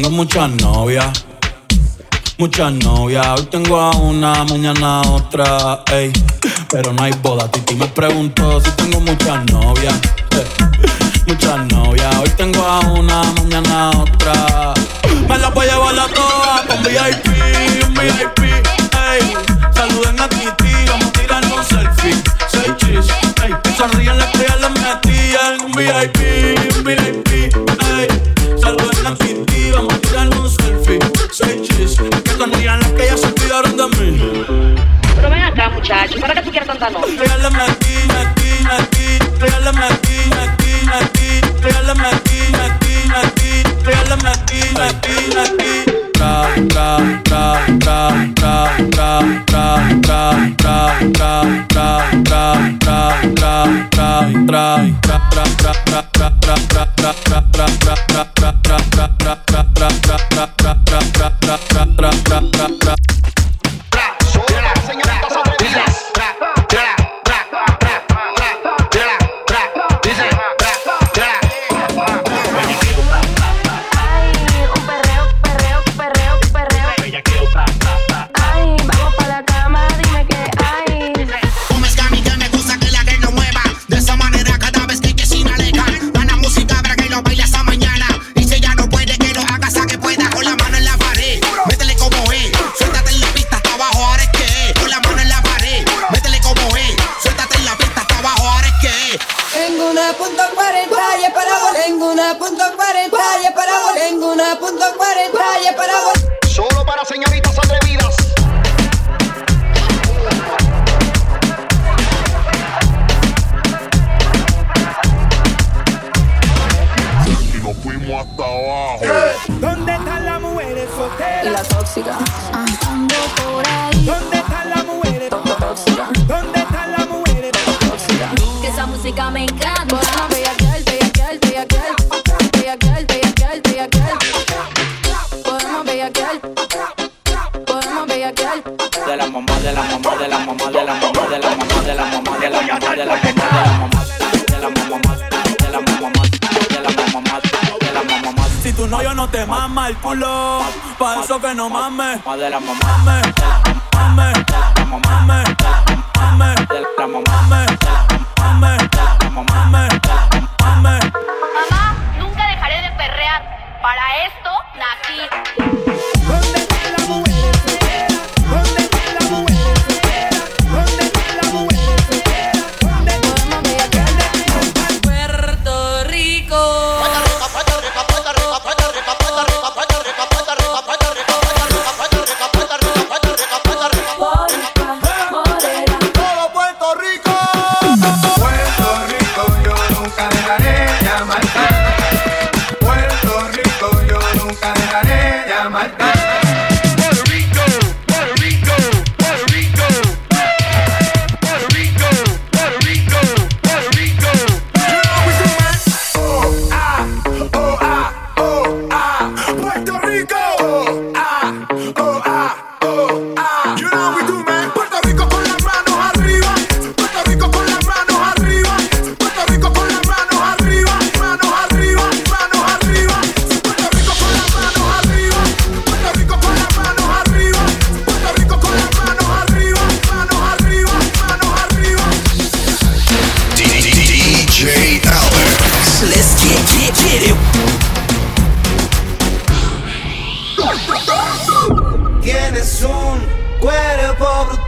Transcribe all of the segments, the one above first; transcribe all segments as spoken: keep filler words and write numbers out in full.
tengo muchas novias, muchas novias. Hoy tengo a una, mañana a otra, ey. Pero no hay boda. Titi me preguntó si tengo muchas novias, eh. Muchas novias. Hoy tengo a una, mañana a otra. Me las voy a llevar a todas con V I P, un V I P, ey. Saluden a Titi, vamos a tirarnos un selfie. Seis chis, ey. Sonríen las que ya les metían. Un V I P, un V I P, ey. Saluden a Titi, vamos a tirarnos un selfie. Seis chis, que sonrían las que ya se olvidaron de mí. Pero ven acá, muchacho, ¿para qué tú quieres tanta novia? Regálame aquí, aquí, aquí. Regálame aquí, aquí, aquí. Regálame aquí, aquí, aquí. Regálame aquí, aquí, aquí. Tra, tra, tra, tra, tra, tra, tra, tra, tra, tra, tra, tra, tra, tra, tra, tra, tra. Solo para señoritas atrevidas. Y nos fuimos hasta abajo. ¿Dónde están las mujeres solteras? Y la tóxica. Ando por ahí. ¿Dónde están las mujeres Tóxica. ¿Dónde están las mujeres Tóxica. Que esa música me encanta. Podemos bellaquear, bellaquear, bellaquear. Bellaquear, bellaquear, bellaquear. Podemos bellaquear. Podemos bellaquear. De la mamá, de la mamá, de la mamá, de la mamá, de la mamá, de la mamá, de la mamá, de la mamá, de la mamá, de la mamá, de la mamá, de la mamá, de la mamá. Si tu novio no te mama el culo, pa' eso que no mames. De la mamá, Mame, mame, mame, mame, de la mamá, mame, mame, mame, mame. Mamá, nunca dejaré de perrear. Para esto nací. ¿Dónde están las mujeres solteras? ¿Dónde están las mujeres solteras? ¿Dónde están las mujeres solteras? ¿Dónde Podemos bellaquear. Puerto Rico. Todo Puerto Rico. Puerto Rico, yo nunca dejaré de amarte. Puerto Rico, yo nunca dejaré de amarte. Puerto Rico, Puerto Rico, Puerto Rico. Puerto Rico, Puerto Rico, Puerto Rico. You know we do, man. Oh, ah, oh, ah, oh, ah. Puerto Rico. Oh, ah, oh, ah, oh, ah. You know we do, man. Puerto Rico con las manos arriba. Puerto Rico con las manos arriba. Puerto Rico con las manos arriba. Manos arriba, manos arriba. Puerto Rico con las manos arriba. Puerto Rico con las manos arriba. Puerto Rico con las manos arriba. Manos arriba, manos arriba. D J Albert. Let's get, get, get it. Tienes un cuerpo brutal.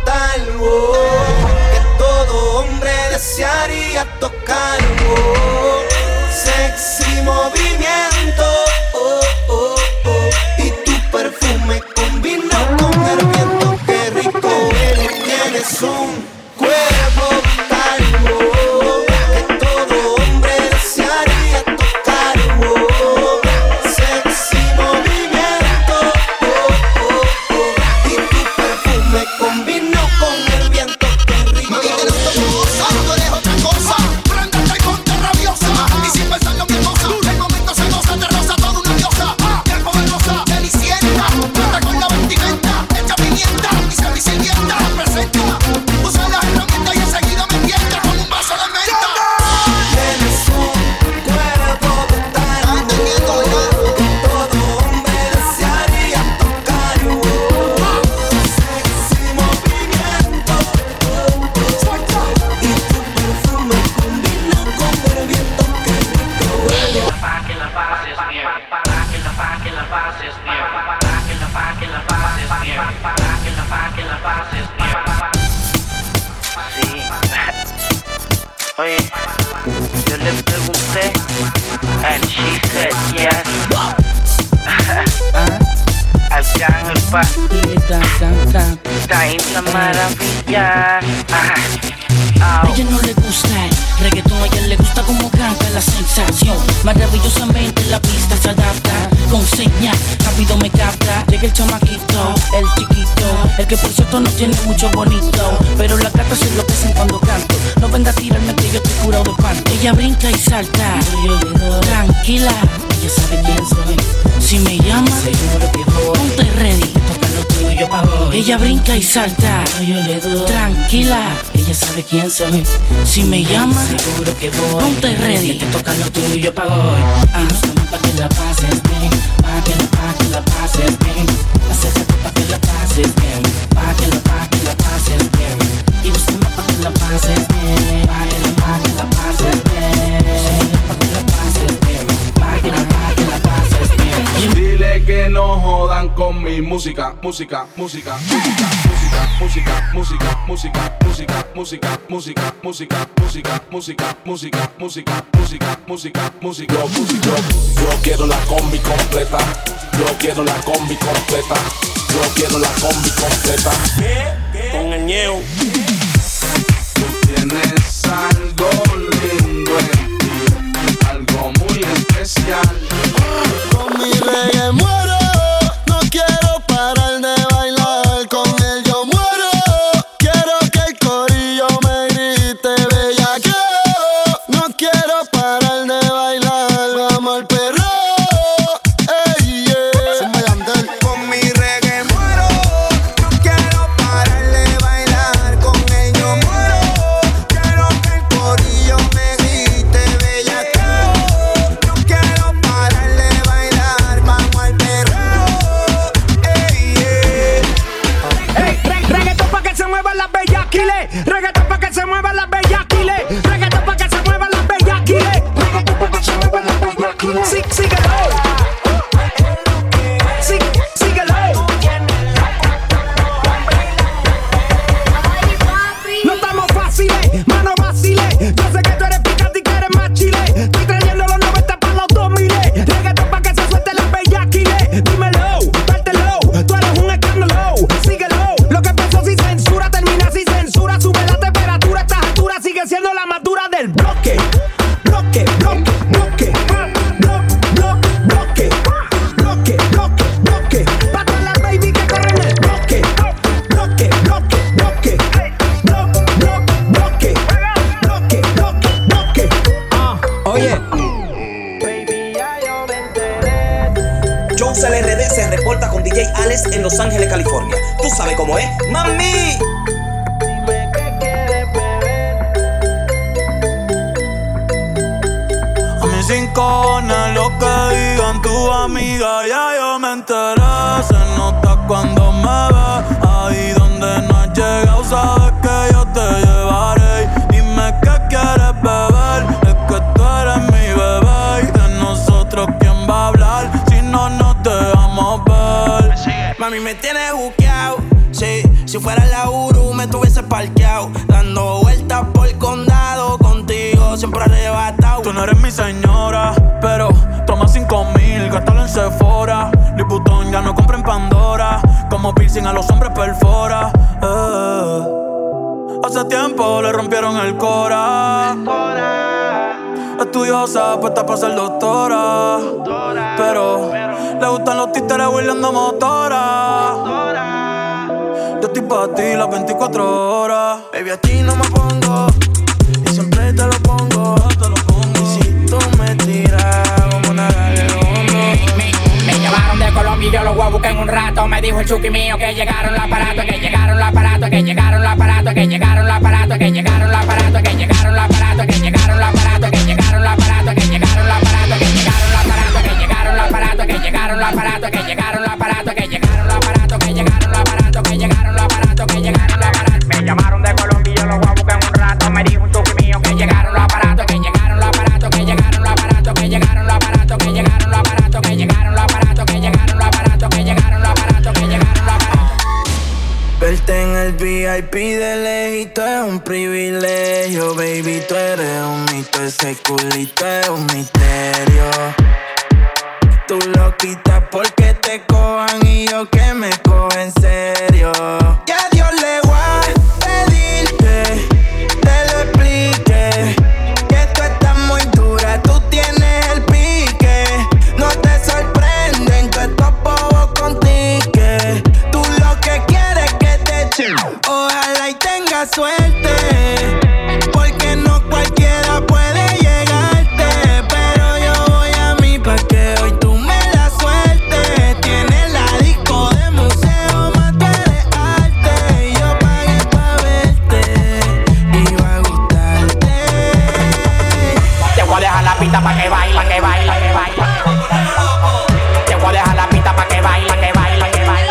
pases bien. Sí. Oye, yo le pregunté and she said yes. Arcángel pa está en la maravilla. A ella no le gusta el reggaetón, a ella le gusta como canta la sensación. Maravillosamente la pista se adapta, con señal, rápido me capta. Llega el chamaquito, el chiquito, el que por cierto no tiene mucho bonito, pero las gatas se enloquecen cuando canto. No venga a tirarme que yo estoy curado de panto. Ella brinca y salta, yo le doy. Tranquila, ella sabe quién soy. Si me llama, seguro que voy. Ponte ready, toca lo tuyo pa' hoy. Ella brinca y salta, yo le doy. Tranquila, ella sabe quién soy. Si me llama, seguro que voy. Ponte ready, que te toca lo tuyo pa' hoy. Ah, estamos pa' que la pases bien, pa' que la, pa' que la pases bien. Acércate pa' que la pases bien, pa' que la, pa' que la pases bien. Y buscamos pa' que la pases bien, pa' que la, pa' que la pases bien. Pa' que la pases bien, pa' que la, pa' que la pases bien. Dile que no jodan con mi música, música, música, música, música, música, música, música, música, música, música, música, música, música, música, música, música, música, música, música. Yo quiero la combi completa, yo quiero la combi completa, yo quiero la combi completa. Con el ñeo. Tú tienes algo lindo en ti, algo muy especial. Con mi reggae muero, no quiero parar de bailar. Con él yo muero, quiero que el corillo me grite bellaqueo. No quiero parar de bailar, vamos al perro. Ey, yeah. Con mi reggae muero, no quiero parar de bailar. Con él yo muero, quiero que el corillo me grite bellaqueo. No quiero parar de bailar, vamos al perro. Ey, yeah. Ey, re- reggaetón pa' que se muevan las bellaquiles. Reggaetón pa' que se muevan las bellaquiles. Reggaetón pa' que se muevan las bellaquiles. Reggaetón pa' que se muevan las bellaquiles. Sí, síguelo. Sí, síguelo. No estamos fáciles, mano vaciles. Yo sé que tú eres picante y que eres más chile. Estoy trayendo los noventa para los dos mil. Reggaetón pa' que se suelte las bellaquiles. Dímelo, dártelo, tú eres un escándalo. Síguelo, lo que empezó sin censura termina sin censura. Sube la temperatura, estas alturas sigue siendo la madura del bloque. Bloque, bloque, bloque. Bloque, bloque, bloque. Bloque, bloque, bloque. Pa' todas las baby que corren el bloque. Bloque, bloque, bloque. Bloque, bloque, bloque. Bloque, bloque, bloque. Ah, oye. Baby, ya yo me enteré. Jones L R D se reporta con D J Alex en Los Ángeles, California. Tú sabes cómo es, mami. Dime qué quieres beber. A mí sin cojones lo que digan tu amiga, ya yo me enteré. Se nota cuando me ves, ahí donde no has llegado, sabes que yo te llevaré. Dime qué quieres beber, es que tú eres mi bebé. Y de nosotros quién va a hablar, si no nos dejamos ver. Mami, me tienes juqueado, sí. Si fuera la Uru me tuviese parqueado, dando vueltas por el condado, contigo siempre arrebatado. Tú no eres mi señora, pero toma cinco mil, gástalo en Sephora. Liputón ya no compra en Pandora, como piercing a los hombres perfora. eh. Hace tiempo le rompieron el cora. Estudiosa, puesta para ser doctora, pero le gustan los títeres huirleando motora. Yo estoy pa' ti las veinticuatro horas. Baby, a ti no me pongo, y siempre te lo pongo, te lo pongo. Y si tú me tiras como una galerondo. Me, me llevaron de Colombia y yo los voy a buscar en un rato. Me dijo el chuki mío que llegaron los aparatos, que llegaron los aparatos, que llegaron los aparatos, que llegaron los aparatos, que llegaron los aparatos, que llegaron los aparatos, que llegaron los aparatos, que llegaron los aparatos, que llegaron los aparatos, que llegaron los aparatos, que llegaron los aparatos, que llegaron los aparatos, que llegaron los aparatos, que llegaron los aparatos, que llegaron los aparatos, que llegaron los aparatos, que llegaron los aparatos. Me llamaron de Colombia y yo los voy a buscar en un rato. Me dijo un chuki mío que llegaron los aparatos, que llegaron los aparatos, que llegaron los aparatos, que llegaron los aparatos, que llegaron los aparatos, que llegaron los aparatos, que llegaron los aparatos, que llegaron los aparatos, que llegaron los aparatos. Verte en el V I P de lejito es un privilegio. Baby, tú eres un mito, ese culito es un misterio. Tú lo quitas porque te cojan y yo que me cojo en serio. Ya Dios le voy a pedir que te lo explique, que tú estás muy dura, tú tienes el pique. No te sorprenden que estos bobos contigo. Tú lo que quieres es que te echen. Ojalá y tengas suerte, porque no cualquiera puede llegarte. Pero yo voy a mí pa' que hoy tú me la sueltes. Tienes la disco de museo, más tú eres arte. Y yo pagué pa' verte y va a gustarte. Te voy a dejar la pista pa' que baile, pa' que baile, pa' que baile. Te voy a dejar la pista pa' que baile, pa' que baile, pa' que baile.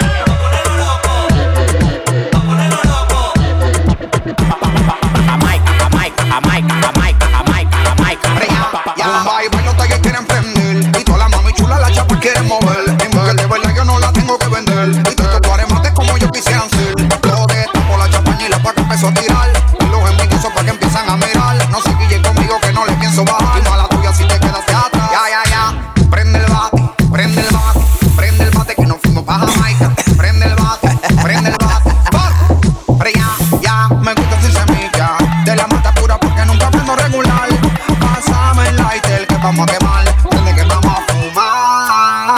Jamaica, Jamaica, Jamaica, Jamaica, Jamaica, Jamaica. Ya, bye, bye, los talleres quieren prender. Y toda la mami chula la chapa quieren mover. Mi mujer de verdad yo no la tengo que vender. Y todos estos mates como yo quisieran ser. Lo de esta por la chapañila pa' que empezó a tirar. Y los envidiosos pa' que empiezan a mirar. No se guille conmigo que no le pienso bajar. Y mala tuya si te quedas de atrás. Ya, ya, ya. Prende el bate, prende el bate. Prende el bate que nos fuimos pa' Jamaica. Prende el bate, prende el bate. Pero ya, ya, me gusta sin semilla. De la mata pura porque nunca aprendo regular. Pásame el lighter que vamos a quemar. Prende que vamos a fumar.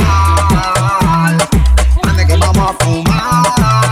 Prende que vamos a fumar.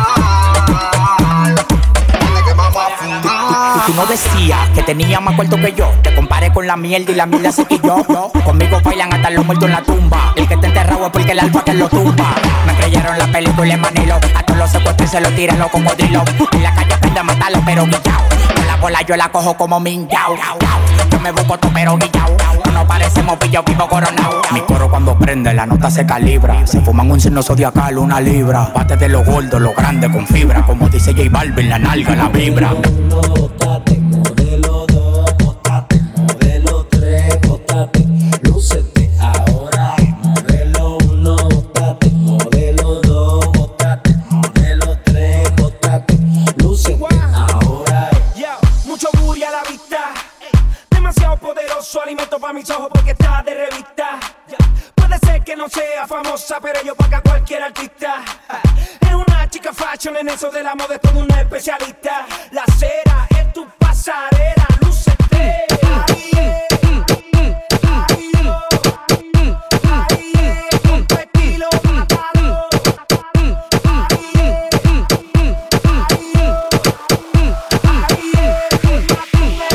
Prende que vamos a fumar. Y tú no decías que tenía más cuarto que yo. Te comparé con la mierda y la mierda se que yo, yo. Conmigo bailan hasta los muertos en la tumba. El que está enterrado es porque el alfa que lo tumba. Me creyeron la película en Manilo. A todos los secuestros se los tiran los cocodrilos. En la calle aprende a matarlo pero guillao. Con la bola yo la cojo como minguao. Yo me busco todo pero guillao. No parecemos pillo vivo coronao. Mi coro cuando prende la nota se calibra. Se fuman un signo zodiacal, una libra. Bate de los gordos, los grandes con fibra. Como dice J Balvin, la nalga, la vibra. Bótate, modelo dos, bótate, modelo tres, bótate, lúcete ahora. Modelo uno, bótate, modelo dos, bótate, modelo tres, bótate, lúcete ahora. Yeah, mucho booty a la vista, demasiado poderoso alimento para mis ojos porque está de revista. Yeah. Puede ser que no sea famosa, pero yo paga a cualquier artista. Es una chica fashion, en eso de la moda es todo una especialista. La cera es tu pasarela, lúcete. Ahí es, ahí es, ahí es, con tu estilo mátalo. Ahí es, ahí es, ahí es, con tu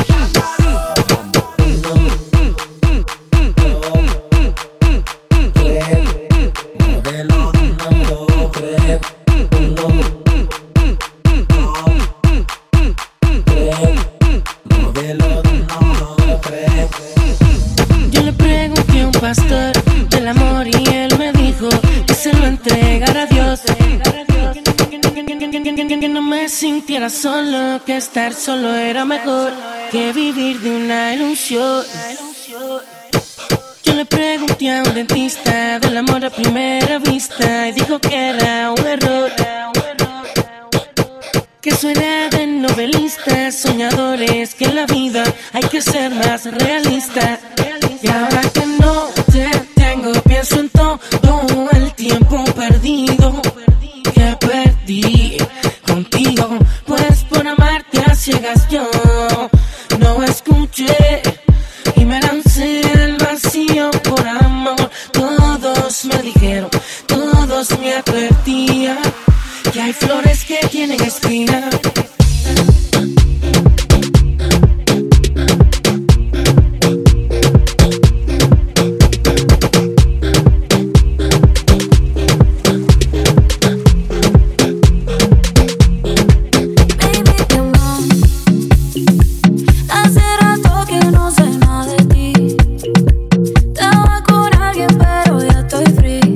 Modelo uno, dos, tres, uno, modelo uno, dos, tres. Yo le pregunté a un pastor del amor y él me dijo que se lo entregara a Dios. Que no me sintiera solo, que estar solo era mejor que vivir de una ilusión. Yo le pregunté a un dentista del amor a primera vista y dijo que era un error. Que eso era de novelistas, soñadores, que en la vida hay que ser más realista. Y ahora que no te tengo, pienso en todo el tiempo perdido que perdí contigo. Pues por amarte a ciegas yo no escuché y me lancé al vacío por amor. Todos me dijeron, todos me advertían que hay flores que tienen espinas.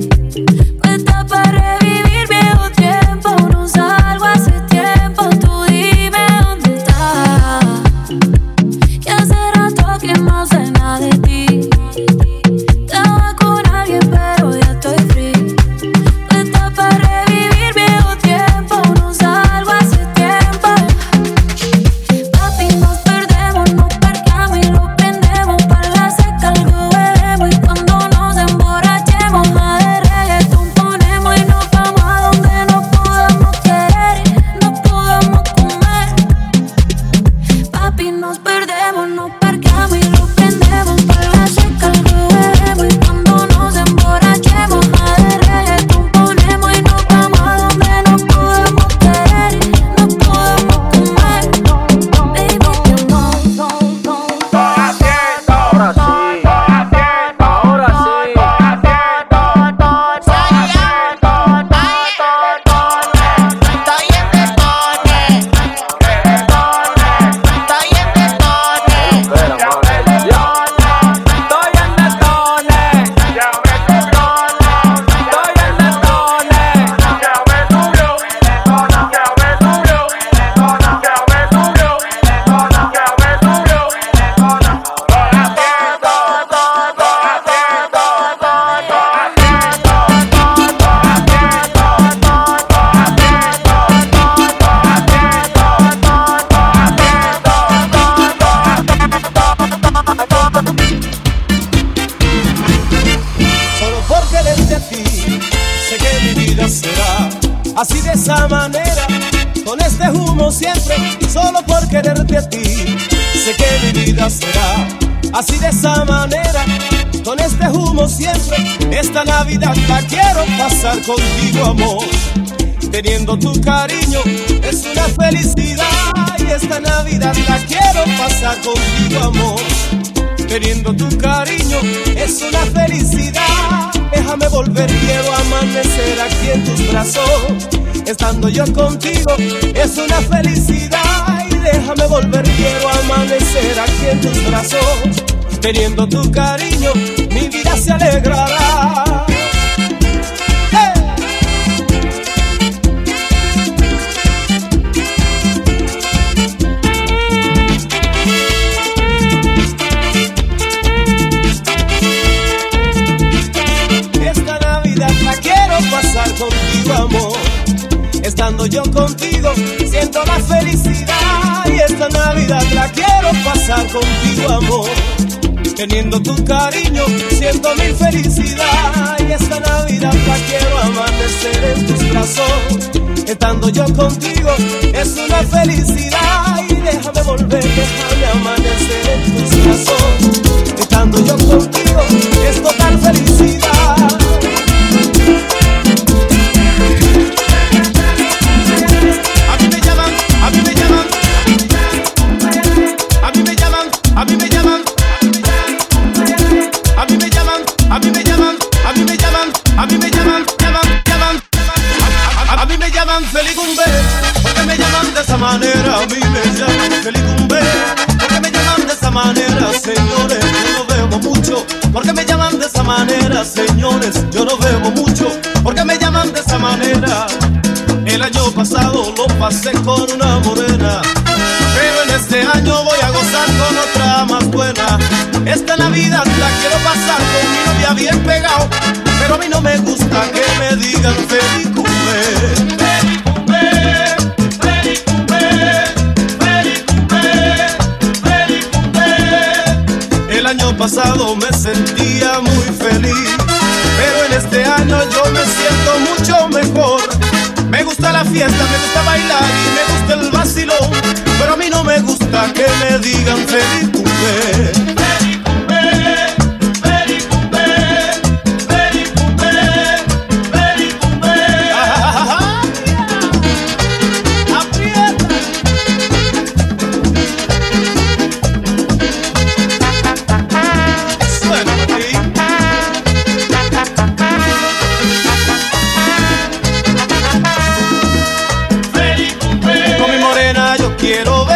Puesta para revivir viejo tiempo, no salgo hace tiempo, tú hace solo por quererte a ti. Sé que mi vida será así de esa manera, con este humo siempre. Esta Navidad la quiero pasar contigo, amor. Teniendo tu cariño es una felicidad. Y esta Navidad la quiero pasar contigo, amor. Teniendo tu cariño es una felicidad. Déjame volver, quiero amanecer aquí en tus brazos. Estando yo contigo es una felicidad. Y déjame volver, quiero amanecer aquí en tus brazos. Teniendo tu cariño, mi vida se alegrará. Pasar contigo, amor. Estando yo contigo siento la felicidad. Y esta Navidad la quiero pasar contigo, amor. Teniendo tu cariño siento mi felicidad. Y esta Navidad la quiero amanecer en tus brazos. Estando yo contigo es una felicidad. Y déjame volver, déjame amanecer en tus brazos. Estando yo contigo es total felicidad. A mí me llaman, a mí me llaman, a mí me llaman, a mí me llaman, a mí me llaman, a mí me llaman, a mí me llaman, llaman, llaman, a, a, a mí me llaman Felicumbe, porque me llaman de esa manera. A mí me llaman Felicumbe, porque me llaman de esa manera, señores. Yo no bebo mucho, porque me llaman de esa manera, señores. Yo no bebo mucho, porque me llaman de esa manera. El año pasado lo pasé con una morena, pero en este año voy a gozar con otra más buena. Esta Navidad la quiero pasar con mi novia bien pegado, pero a mí no me gusta que me digan Felicumbe. Felicumbe, Felicumbe, Felicumbe, Felicumbe. El año pasado me sentía muy feliz, pero en este año yo me siento mucho mejor. Me gusta la fiesta, me gusta bailar y me gusta el vacilón, pero a mí no me gusta que me digan Felicumbe. Felicumbe, Felicumbe, Felicumbe, Felicumbe. ¡Ah, aprieta! Suena para ti. Con mi morena yo quiero ver